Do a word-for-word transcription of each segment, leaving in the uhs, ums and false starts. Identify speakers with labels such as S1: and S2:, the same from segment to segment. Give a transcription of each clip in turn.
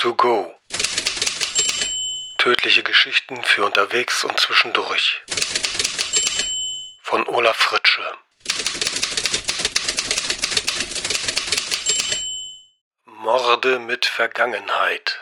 S1: to go. Tödliche Geschichten für unterwegs und zwischendurch. Von Olaf Fritsche. Morde mit Vergangenheit.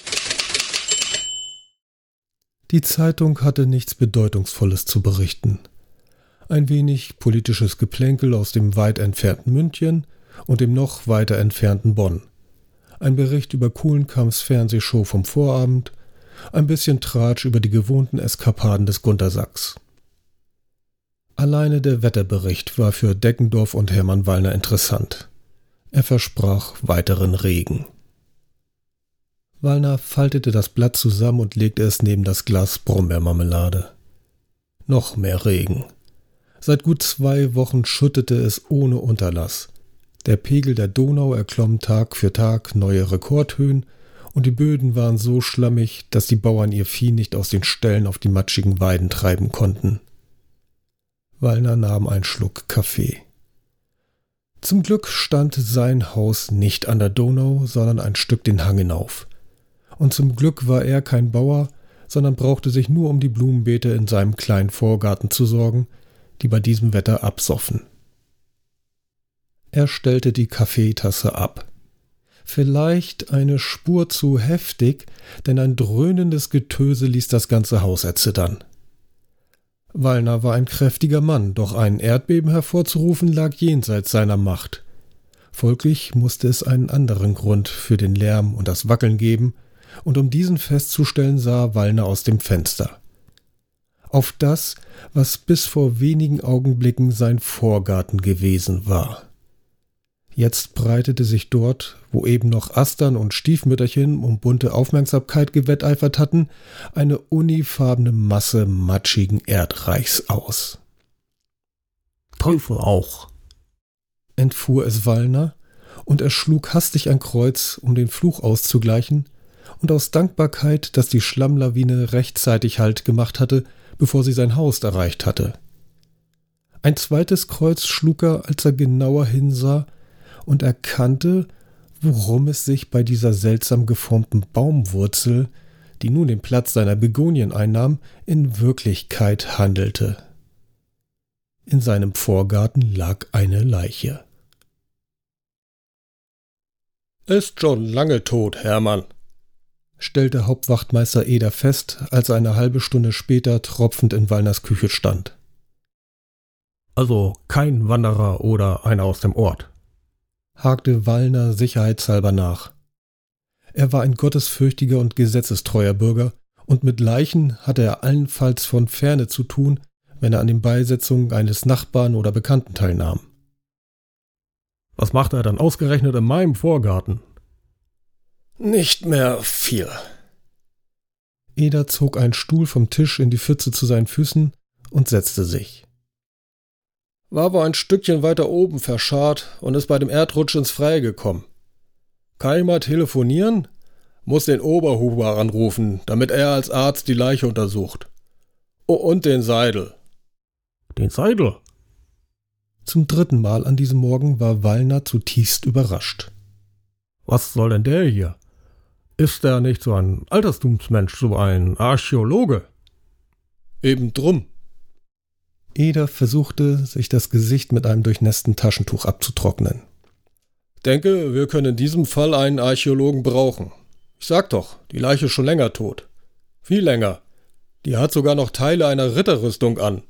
S2: Die Zeitung hatte nichts Bedeutungsvolles zu berichten. Ein wenig politisches Geplänkel aus dem weit entfernten München und dem noch weiter entfernten Bonn. Ein Bericht über Kuhlenkamps Fernsehshow vom Vorabend, ein bisschen Tratsch über die gewohnten Eskapaden des Gunter Sachs. Alleine der Wetterbericht war für Deggendorf und Hermann Wallner interessant. Er versprach weiteren Regen. Wallner faltete das Blatt zusammen und legte es neben das Glas Brombeermarmelade. Noch mehr Regen. Seit gut zwei Wochen schüttete es ohne Unterlass. Der Pegel der Donau erklomm Tag für Tag neue Rekordhöhen und die Böden waren so schlammig, dass die Bauern ihr Vieh nicht aus den Ställen auf die matschigen Weiden treiben konnten. Wallner nahm einen Schluck Kaffee. Zum Glück stand sein Haus nicht an der Donau, sondern ein Stück den Hang hinauf. Und zum Glück war er kein Bauer, sondern brauchte sich nur um die Blumenbeete in seinem kleinen Vorgarten zu sorgen, die bei diesem Wetter absoffen. Er stellte die Kaffeetasse ab. Vielleicht eine Spur zu heftig, denn ein dröhnendes Getöse ließ das ganze Haus erzittern. Wallner war ein kräftiger Mann, doch ein Erdbeben hervorzurufen lag jenseits seiner Macht. Folglich musste es einen anderen Grund für den Lärm und das Wackeln geben, und um diesen festzustellen, sah Wallner aus dem Fenster. Auf das, was bis vor wenigen Augenblicken sein Vorgarten gewesen war. Jetzt breitete sich dort, wo eben noch Astern und Stiefmütterchen um bunte Aufmerksamkeit gewetteifert hatten, eine unifarbene Masse matschigen Erdreichs aus.
S3: Teufel auch,
S2: entfuhr es Wallner, und er schlug hastig ein Kreuz, um den Fluch auszugleichen, und aus Dankbarkeit, dass die Schlammlawine rechtzeitig Halt gemacht hatte, bevor sie sein Haus erreicht hatte. Ein zweites Kreuz schlug er, als er genauer hinsah, und erkannte, worum es sich bei dieser seltsam geformten Baumwurzel, die nun den Platz seiner Begonien einnahm, in Wirklichkeit handelte. In seinem Vorgarten lag eine Leiche.
S1: »Ist schon lange tot, Hermann«,
S2: stellte Hauptwachtmeister Eder fest, als er eine halbe Stunde später tropfend in Wallners Küche stand.
S3: »Also kein Wanderer oder einer aus dem Ort?«
S2: hakte Wallner sicherheitshalber nach. Er war ein gottesfürchtiger und gesetzestreuer Bürger, und mit Leichen hatte er allenfalls von Ferne zu tun, wenn er an den Beisetzungen eines Nachbarn oder Bekannten teilnahm.
S3: »Was macht er dann ausgerechnet in meinem Vorgarten?«
S1: »Nicht mehr viel.«
S2: Eder zog einen Stuhl vom Tisch in die Pfütze zu seinen Füßen und setzte sich.
S1: War wohl ein Stückchen weiter oben verscharrt und ist bei dem Erdrutsch ins Freie gekommen. Kann ich mal telefonieren? Muss den Oberhuber anrufen, damit er als Arzt die Leiche untersucht. Oh, und den Seidel.
S3: Den Seidel?
S2: Zum dritten Mal an diesem Morgen war Wallner zutiefst überrascht.
S3: Was soll denn der hier? Ist der nicht so ein Altertumsmensch, so ein Archäologe?
S1: Eben drum.
S2: Eder versuchte, sich das Gesicht mit einem durchnässten Taschentuch abzutrocknen.
S1: Denke, wir können in diesem Fall einen Archäologen brauchen. Ich sag doch, die Leiche ist schon länger tot. Viel länger. Die hat sogar noch Teile einer Ritterrüstung an.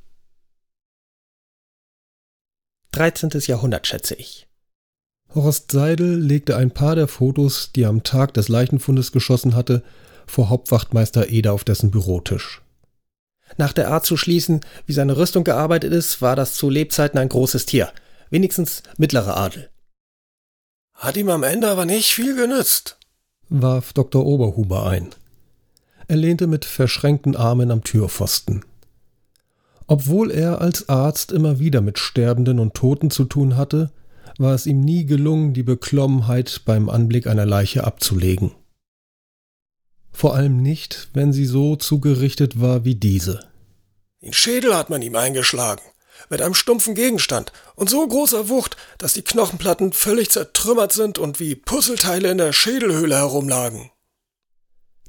S4: dreizehntes Jahrhundert, schätze ich.
S2: Horst Seidel legte ein paar der Fotos, die er am Tag des Leichenfundes geschossen hatte, vor Hauptwachtmeister Eder auf dessen Bürotisch.
S4: Nach der Art zu schließen, wie seine Rüstung gearbeitet ist, war das zu Lebzeiten ein großes Tier. Wenigstens mittlerer Adel.
S1: Hat ihm am Ende aber nicht viel genützt,
S2: warf Doktor Oberhuber ein. Er lehnte mit verschränkten Armen am Türpfosten. Obwohl er als Arzt immer wieder mit Sterbenden und Toten zu tun hatte, war es ihm nie gelungen, die Beklommenheit beim Anblick einer Leiche abzulegen. Vor allem nicht, wenn sie so zugerichtet war wie diese.
S1: Den Schädel hat man ihm eingeschlagen, mit einem stumpfen Gegenstand und so großer Wucht, dass die Knochenplatten völlig zertrümmert sind und wie Puzzleteile in der Schädelhöhle herumlagen.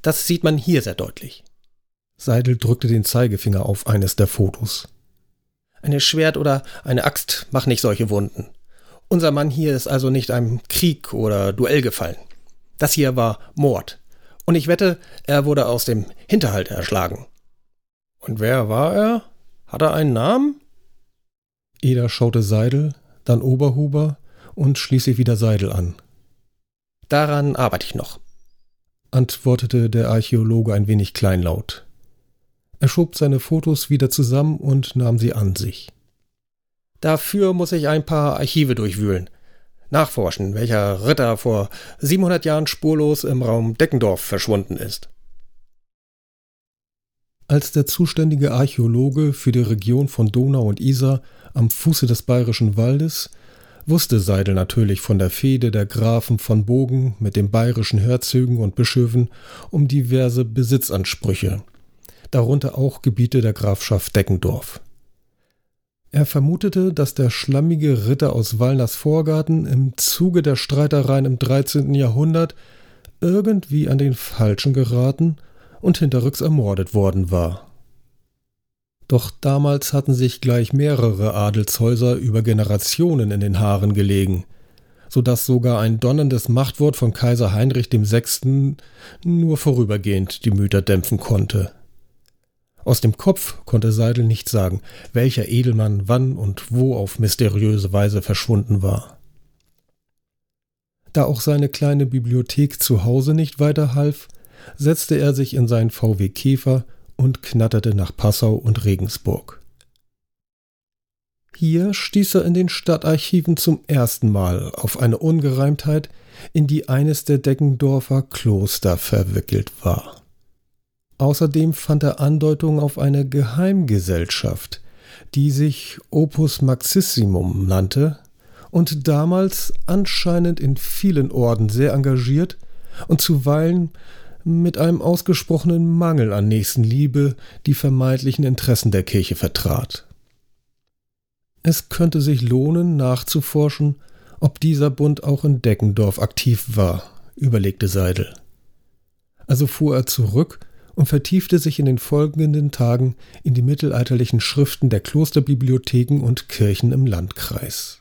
S4: Das sieht man hier sehr deutlich.
S2: Seidel drückte den Zeigefinger auf eines der Fotos.
S4: Eine Schwert oder eine Axt macht nicht solche Wunden. Unser Mann hier ist also nicht einem Krieg oder Duell gefallen. Das hier war Mord. Und ich wette, er wurde aus dem Hinterhalt erschlagen.
S1: Und wer war er? Hat er einen Namen?
S2: Eder schaute Seidel, dann Oberhuber und schließlich wieder Seidel an.
S4: Daran arbeite ich noch,
S2: antwortete der Archäologe ein wenig kleinlaut. Er schob seine Fotos wieder zusammen und nahm sie an sich.
S4: Dafür muss ich ein paar Archive durchwühlen. Nachforschen, welcher Ritter vor siebenhundert Jahren spurlos im Raum Deckendorf verschwunden ist.
S2: Als der zuständige Archäologe für die Region von Donau und Isar am Fuße des Bayerischen Waldes wusste Seidel natürlich von der Fehde der Grafen von Bogen mit den bayerischen Herzögen und Bischöfen um diverse Besitzansprüche, darunter auch Gebiete der Grafschaft Deckendorf. Er vermutete, dass der schlammige Ritter aus Wallners Vorgarten im Zuge der Streitereien im dreizehnten Jahrhundert irgendwie an den Falschen geraten und hinterrücks ermordet worden war. Doch damals hatten sich gleich mehrere Adelshäuser über Generationen in den Haaren gelegen, so dass sogar ein donnerndes Machtwort von Kaiser Heinrich der Sechste nur vorübergehend die Mütter dämpfen konnte. Aus dem Kopf konnte Seidel nicht sagen, welcher Edelmann wann und wo auf mysteriöse Weise verschwunden war. Da auch seine kleine Bibliothek zu Hause nicht weiterhalf, setzte er sich in seinen V W Käfer und knatterte nach Passau und Regensburg. Hier stieß er in den Stadtarchiven zum ersten Mal auf eine Ungereimtheit, in die eines der Deckendorfer Kloster verwickelt war. Außerdem fand er Andeutungen auf eine Geheimgesellschaft, die sich Opus Maxissimum nannte und damals anscheinend in vielen Orden sehr engagiert und zuweilen mit einem ausgesprochenen Mangel an Nächstenliebe die vermeintlichen Interessen der Kirche vertrat. Es könnte sich lohnen, nachzuforschen, ob dieser Bund auch in Deckendorf aktiv war, überlegte Seidel. Also fuhr er zurück und vertiefte sich in den folgenden Tagen in die mittelalterlichen Schriften der Klosterbibliotheken und Kirchen im Landkreis.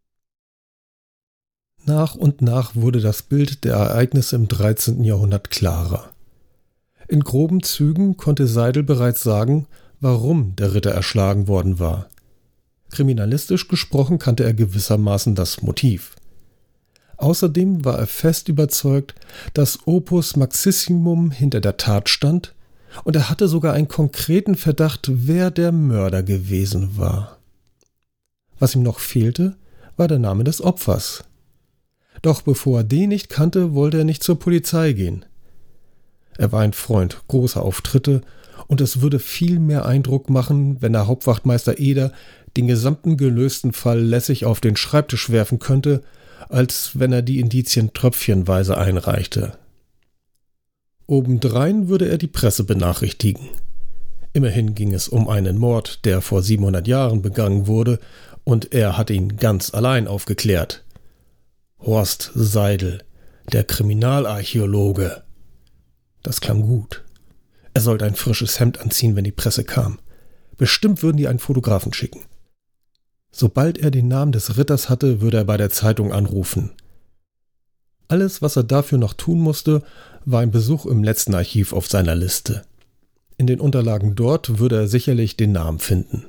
S2: Nach und nach wurde das Bild der Ereignisse im dreizehnten Jahrhundert klarer. In groben Zügen konnte Seidel bereits sagen, warum der Ritter erschlagen worden war. Kriminalistisch gesprochen kannte er gewissermaßen das Motiv. Außerdem war er fest überzeugt, dass Opus Maxissimum hinter der Tat stand, und er hatte sogar einen konkreten Verdacht, wer der Mörder gewesen war. Was ihm noch fehlte, war der Name des Opfers. Doch bevor er den nicht kannte, wollte er nicht zur Polizei gehen. Er war ein Freund großer Auftritte, und es würde viel mehr Eindruck machen, wenn der Hauptwachtmeister Eder den gesamten gelösten Fall lässig auf den Schreibtisch werfen könnte, als wenn er die Indizien tröpfchenweise einreichte. Obendrein würde er die Presse benachrichtigen. Immerhin ging es um einen Mord, der vor siebenhundert Jahren begangen wurde, und er hat ihn ganz allein aufgeklärt. Horst Seidel, der Kriminalarchäologe. Das klang gut. Er sollte ein frisches Hemd anziehen, wenn die Presse kam. Bestimmt würden die einen Fotografen schicken. Sobald er den Namen des Ritters hatte, würde er bei der Zeitung anrufen. Alles, was er dafür noch tun musste, war ein Besuch im letzten Archiv auf seiner Liste. In den Unterlagen dort würde er sicherlich den Namen finden.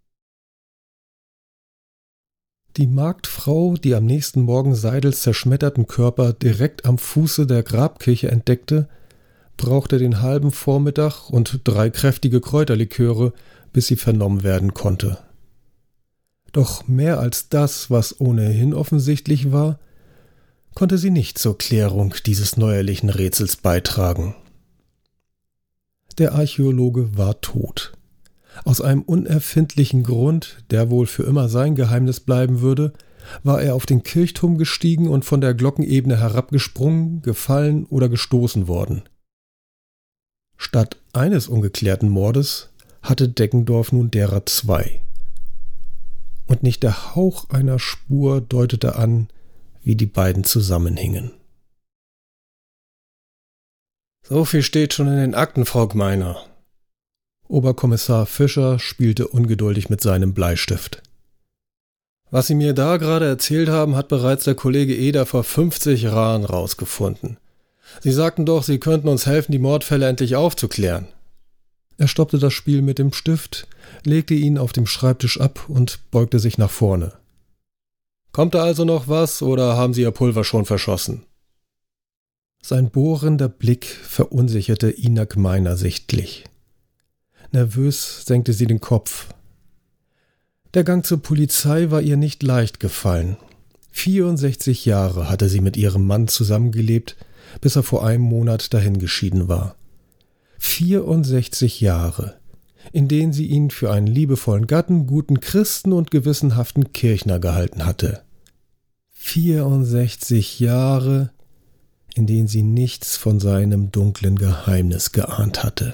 S2: Die Marktfrau, die am nächsten Morgen Seidels zerschmetterten Körper direkt am Fuße der Grabkirche entdeckte, brauchte den halben Vormittag und drei kräftige Kräuterliköre, bis sie vernommen werden konnte. Doch mehr als das, was ohnehin offensichtlich war, konnte sie nicht zur Klärung dieses neuerlichen Rätsels beitragen. Der Archäologe war tot. Aus einem unerfindlichen Grund, der wohl für immer sein Geheimnis bleiben würde, war er auf den Kirchturm gestiegen und von der Glockenebene herabgesprungen, gefallen oder gestoßen worden. Statt eines ungeklärten Mordes hatte Deckendorf nun derer zwei. Und nicht der Hauch einer Spur deutete an, wie die beiden zusammenhingen.
S1: So viel steht schon in den Akten, Frau Gmeiner.
S2: Oberkommissar Fischer spielte ungeduldig mit seinem Bleistift.
S1: Was Sie mir da gerade erzählt haben, hat bereits der Kollege Eder vor fünfzig Jahren rausgefunden. Sie sagten doch, Sie könnten uns helfen, die Mordfälle endlich aufzuklären.
S2: Er stoppte das Spiel mit dem Stift, legte ihn auf dem Schreibtisch ab und beugte sich nach vorne.
S1: Kommt da also noch was, oder haben Sie Ihr Pulver schon verschossen?
S2: Sein bohrender Blick verunsicherte Ina Gmeiner sichtlich. Nervös senkte sie den Kopf. Der Gang zur Polizei war ihr nicht leicht gefallen. vierundsechzig Jahre hatte sie mit ihrem Mann zusammengelebt, bis er vor einem Monat dahingeschieden war. vierundsechzig Jahre, in denen sie ihn für einen liebevollen Gatten, guten Christen und gewissenhaften Kirchner gehalten hatte. vierundsechzig Jahre, in denen sie nichts von seinem dunklen Geheimnis geahnt hatte.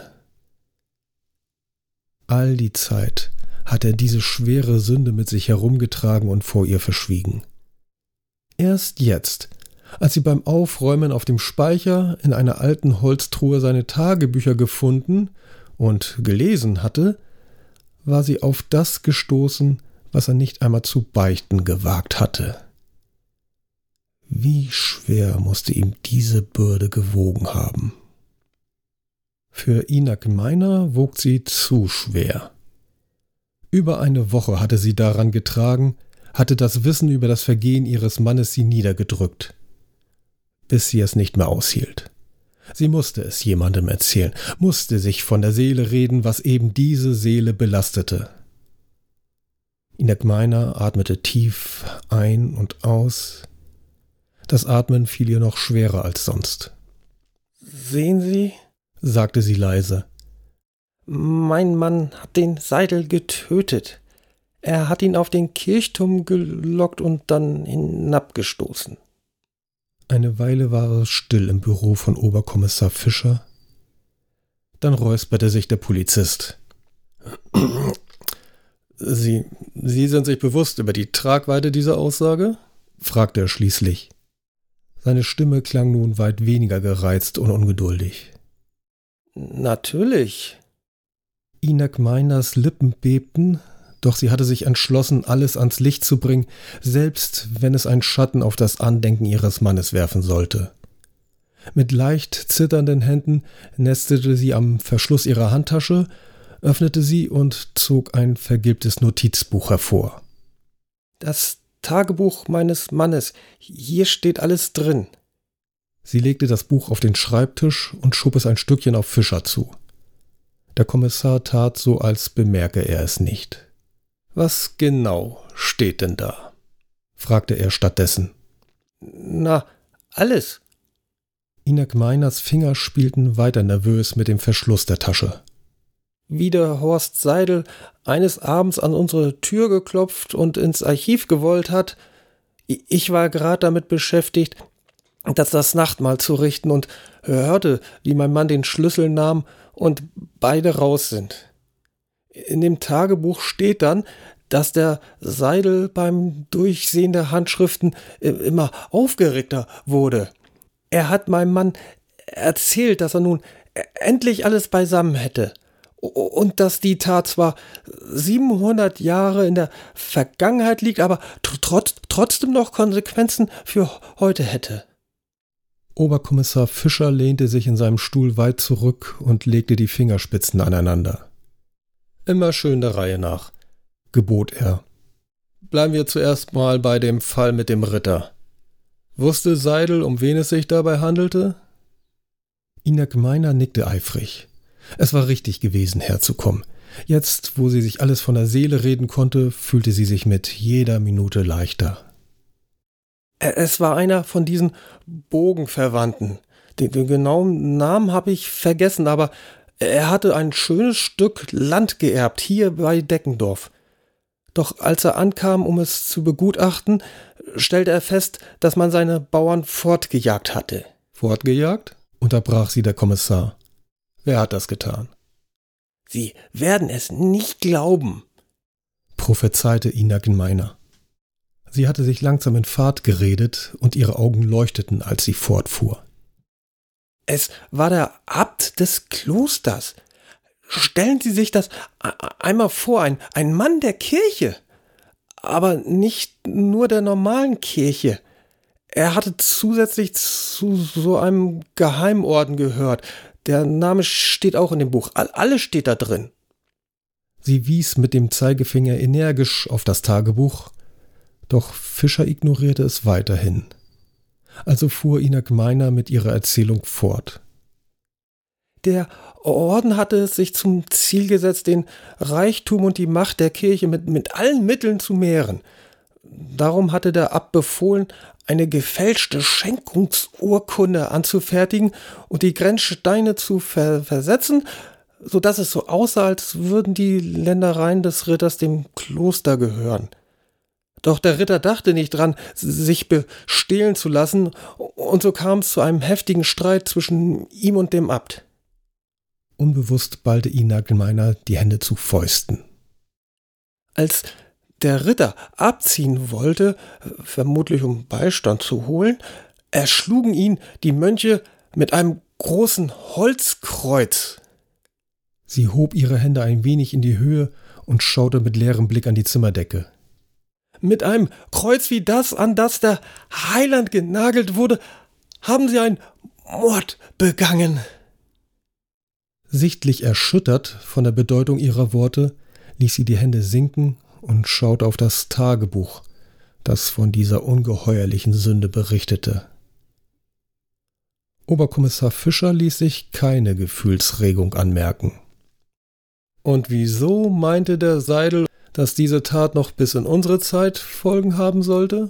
S2: All die Zeit hat er diese schwere Sünde mit sich herumgetragen und vor ihr verschwiegen. Erst jetzt, als sie beim Aufräumen auf dem Speicher in einer alten Holztruhe seine Tagebücher gefunden und gelesen hatte, war sie auf das gestoßen, was er nicht einmal zu beichten gewagt hatte. Wie schwer musste ihm diese Bürde gewogen haben. Für Ina Gmeiner wog sie zu schwer. Über eine Woche hatte sie daran getragen, hatte das Wissen über das Vergehen ihres Mannes sie niedergedrückt, bis sie es nicht mehr aushielt. Sie musste es jemandem erzählen, musste sich von der Seele reden, was eben diese Seele belastete. Ina Gmeiner atmete tief ein und aus. Das Atmen fiel ihr noch schwerer als sonst.
S4: »Sehen Sie«, sagte sie leise, »mein Mann hat den Seidel getötet. Er hat ihn auf den Kirchturm gelockt und dann hinabgestoßen.«
S2: Eine Weile war es still im Büro von Oberkommissar Fischer. Dann räusperte sich der Polizist.
S1: Sie, Sie sind sich bewusst über die Tragweite dieser Aussage?«
S2: fragte er schließlich. Seine Stimme klang nun weit weniger gereizt und ungeduldig.
S4: »Natürlich.«
S2: Ina Gmeiners Lippen bebten, doch sie hatte sich entschlossen, alles ans Licht zu bringen, selbst wenn es einen Schatten auf das Andenken ihres Mannes werfen sollte. Mit leicht zitternden Händen nestete sie am Verschluss ihrer Handtasche, öffnete sie und zog ein vergilbtes Notizbuch hervor.
S4: »Das Tagebuch meines Mannes, hier steht alles drin.«
S2: Sie legte das Buch auf den Schreibtisch und schob es ein Stückchen auf Fischer zu. Der Kommissar tat so, als bemerke er es nicht.
S1: »Was genau steht denn da?«
S2: fragte er stattdessen.
S4: »Na, alles.«
S2: Ina Gmeiners Finger spielten weiter nervös mit dem Verschluss der Tasche.
S4: »Wie der Horst Seidel eines Abends an unsere Tür geklopft und ins Archiv gewollt hat. Ich war gerade damit beschäftigt, das, das Nachtmahl zu richten und hörte, wie mein Mann den Schlüssel nahm und beide raus sind. In dem Tagebuch steht dann, dass der Seidel beim Durchsehen der Handschriften immer aufgeregter wurde. Er hat meinem Mann erzählt, dass er nun endlich alles beisammen hätte und dass die Tat zwar siebenhundert Jahre in der Vergangenheit liegt, aber trotz, trotzdem noch Konsequenzen für heute hätte.
S2: Oberkommissar Fischer lehnte sich in seinem Stuhl weit zurück und legte die Fingerspitzen aneinander.
S1: »Immer schön der Reihe nach«,
S2: gebot er.
S1: »Bleiben wir zuerst mal bei dem Fall mit dem Ritter. Wusste Seidel, um wen es sich dabei handelte?«
S2: Ina Gmeiner nickte eifrig. Es war richtig gewesen, herzukommen. Jetzt, wo sie sich alles von der Seele reden konnte, fühlte sie sich mit jeder Minute leichter.
S4: Es war einer von diesen Bogenverwandten. Den, den genauen Namen habe ich vergessen, aber er hatte ein schönes Stück Land geerbt, hier bei Deckendorf. Doch als er ankam, um es zu begutachten, stellte er fest, dass man seine Bauern fortgejagt hatte.
S1: »Fortgejagt?«
S2: unterbrach sie der Kommissar.
S1: »Wer hat das getan?«
S4: »Sie werden es nicht glauben«,
S2: prophezeite Ina Gmeiner. Sie hatte sich langsam in Fahrt geredet und ihre Augen leuchteten, als sie fortfuhr.
S4: Es war der Abt des Klosters. Stellen Sie sich das einmal vor, ein, ein Mann der Kirche, aber nicht nur der normalen Kirche. Er hatte zusätzlich zu so einem Geheimorden gehört. Der Name steht auch in dem Buch. Alles steht da drin.
S2: Sie wies mit dem Zeigefinger energisch auf das Tagebuch, doch Fischer ignorierte es weiterhin. Also fuhr Ina Gmeiner mit ihrer Erzählung fort.
S4: Der Orden hatte es sich zum Ziel gesetzt, den Reichtum und die Macht der Kirche mit, mit allen Mitteln zu mehren. Darum hatte der Abt befohlen, eine gefälschte Schenkungsurkunde anzufertigen und die Grenzsteine zu ver- versetzen, sodass es so aussah, als würden die Ländereien des Ritters dem Kloster gehören. Doch der Ritter dachte nicht dran, sich bestehlen zu lassen, und so kam es zu einem heftigen Streit zwischen ihm und dem Abt.
S2: Unbewusst ballte Ina Gmeiner die Hände zu Fäusten.
S4: Als der Ritter abziehen wollte, vermutlich um Beistand zu holen, erschlugen ihn die Mönche mit einem großen Holzkreuz.
S2: Sie hob ihre Hände ein wenig in die Höhe und schaute mit leerem Blick an die Zimmerdecke.
S4: Mit einem Kreuz wie das, an das der Heiland genagelt wurde, haben sie einen Mord begangen.
S2: Sichtlich erschüttert von der Bedeutung ihrer Worte, ließ sie die Hände sinken und schaute auf das Tagebuch, das von dieser ungeheuerlichen Sünde berichtete. Oberkommissar Fischer ließ sich keine Gefühlsregung anmerken.
S1: Und wieso meinte der Seidel, dass diese Tat noch bis in unsere Zeit Folgen haben sollte?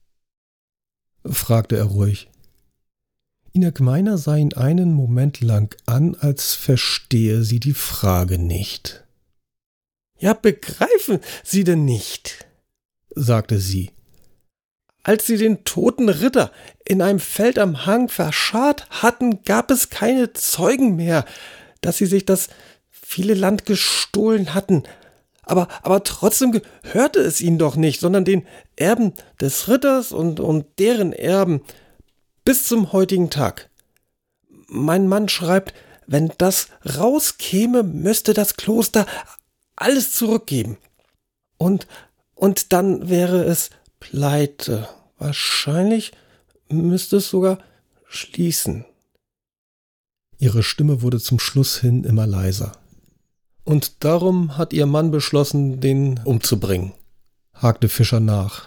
S2: Fragte er ruhig. Ina Gmeiner sah ihn einen Moment lang an, als verstehe sie die Frage nicht.
S4: Ja, begreifen Sie denn nicht?
S2: Sagte sie.
S4: Als sie den toten Ritter in einem Feld am Hang verscharrt hatten, gab es keine Zeugen mehr, dass sie sich das viele Land gestohlen hatten. Aber, aber trotzdem gehörte es ihnen doch nicht, sondern den Erben des Ritters und, und deren Erben bis zum heutigen Tag. Mein Mann schreibt, wenn das rauskäme, müsste das Kloster alles zurückgeben. Und, und dann wäre es pleite. Wahrscheinlich müsste es sogar schließen.
S2: Ihre Stimme wurde zum Schluss hin immer leiser.
S1: Und darum hat ihr Mann beschlossen, den umzubringen,
S2: hakte Fischer nach.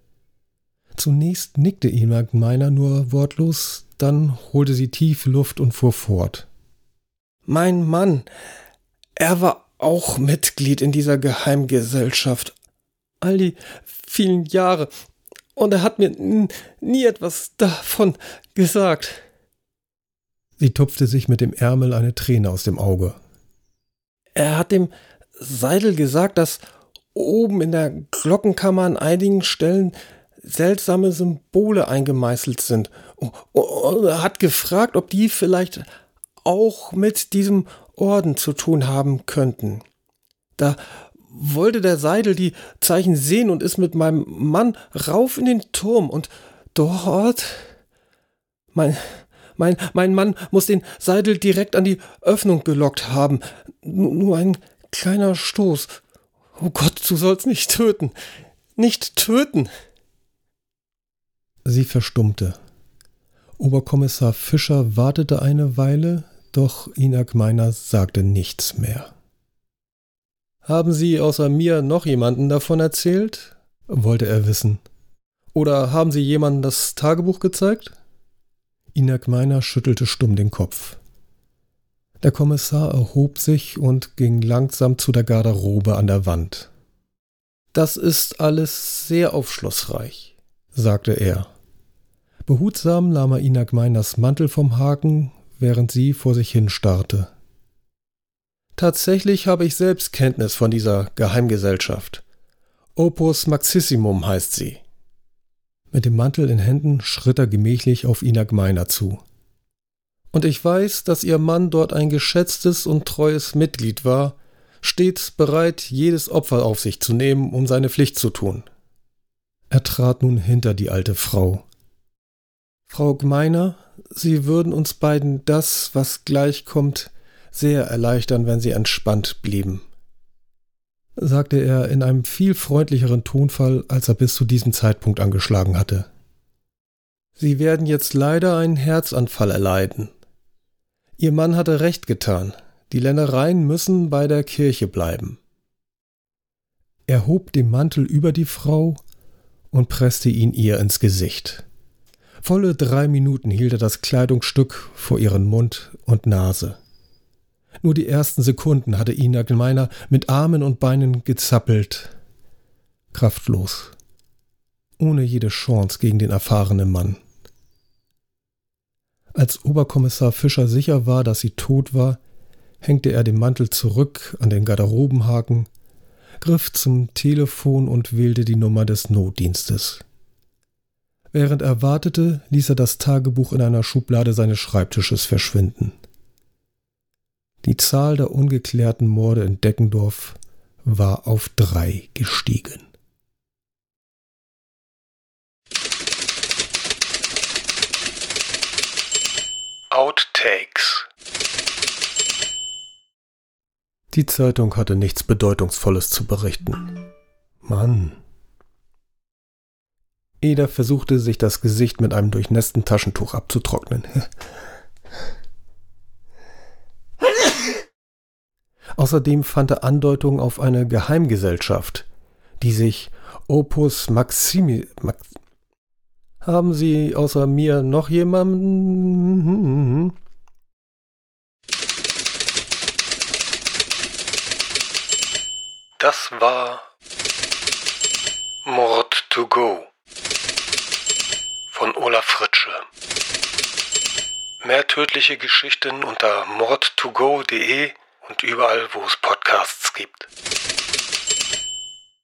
S2: Zunächst nickte Ina Gmeiner nur wortlos, dann holte sie tief Luft und fuhr fort.
S4: Mein Mann, er war auch Mitglied in dieser Geheimgesellschaft. All die vielen Jahre. Und er hat mir n- nie etwas davon gesagt.
S2: Sie tupfte sich mit dem Ärmel eine Träne aus dem Auge.
S4: Er hat dem Seidel gesagt, dass oben in der Glockenkammer an einigen Stellen seltsame Symbole eingemeißelt sind. Und er hat gefragt, ob die vielleicht auch mit diesem Orden zu tun haben könnten. Da wollte der Seidel die Zeichen sehen und ist mit meinem Mann rauf in den Turm. Und dort... Mein... Mein, mein Mann muss den Seidel direkt an die Öffnung gelockt haben. N- nur ein kleiner Stoß. Oh Gott, du sollst nicht töten. Nicht töten.
S2: Sie verstummte. Oberkommissar Fischer wartete eine Weile, doch Ina Gmeiner sagte nichts mehr.
S1: Haben Sie außer mir noch jemanden davon erzählt?
S2: Wollte er wissen.
S1: Oder haben Sie jemandem das Tagebuch gezeigt?
S2: Ina Gmeiner schüttelte stumm den Kopf. Der Kommissar erhob sich und ging langsam zu der Garderobe an der Wand.
S1: Das ist alles sehr aufschlussreich,
S2: sagte er. Behutsam nahm er Ina Gmeiners Mantel vom Haken, während sie vor sich hin starrte.
S1: Tatsächlich habe ich selbst Kenntnis von dieser Geheimgesellschaft. Opus Maxissimum heißt sie.
S2: Mit dem Mantel in Händen schritt er gemächlich auf Ina Gmeiner zu.
S1: Und ich weiß, dass ihr Mann dort ein geschätztes und treues Mitglied war, stets bereit, jedes Opfer auf sich zu nehmen, um seine Pflicht zu tun.
S2: Er trat nun hinter die alte Frau. Frau Gmeiner, Sie würden uns beiden das, was gleich kommt, sehr erleichtern, wenn Sie entspannt blieben, sagte er in einem viel freundlicheren Tonfall, als er bis zu diesem Zeitpunkt angeschlagen hatte. Sie werden jetzt leider einen Herzanfall erleiden. Ihr Mann hatte recht getan. Die Ländereien müssen bei der Kirche bleiben. Er hob den Mantel über die Frau und presste ihn ihr ins Gesicht. Volle drei Minuten hielt er das Kleidungsstück vor ihren Mund und Nase. Nur die ersten Sekunden hatte Ina Gmeiner mit Armen und Beinen gezappelt, kraftlos, ohne jede Chance gegen den erfahrenen Mann. Als Oberkommissar Fischer sicher war, dass sie tot war, hängte er den Mantel zurück an den Garderobenhaken, griff zum Telefon und wählte die Nummer des Notdienstes. Während er wartete, ließ er das Tagebuch in einer Schublade seines Schreibtisches verschwinden. Die Zahl der ungeklärten Morde in Deckendorf war auf drei gestiegen.
S1: Outtakes. Die Zeitung hatte nichts Bedeutungsvolles zu berichten. Mann. Eda versuchte, sich das Gesicht mit einem durchnässten Taschentuch abzutrocknen. Außerdem fand er Andeutungen auf eine Geheimgesellschaft, die sich Opus Maximi... Max Haben Sie außer mir noch jemanden? Das war Mord to go von Olaf Fritsche. Mehr tödliche Geschichten unter mord to go punkt de und überall, wo es Podcasts gibt.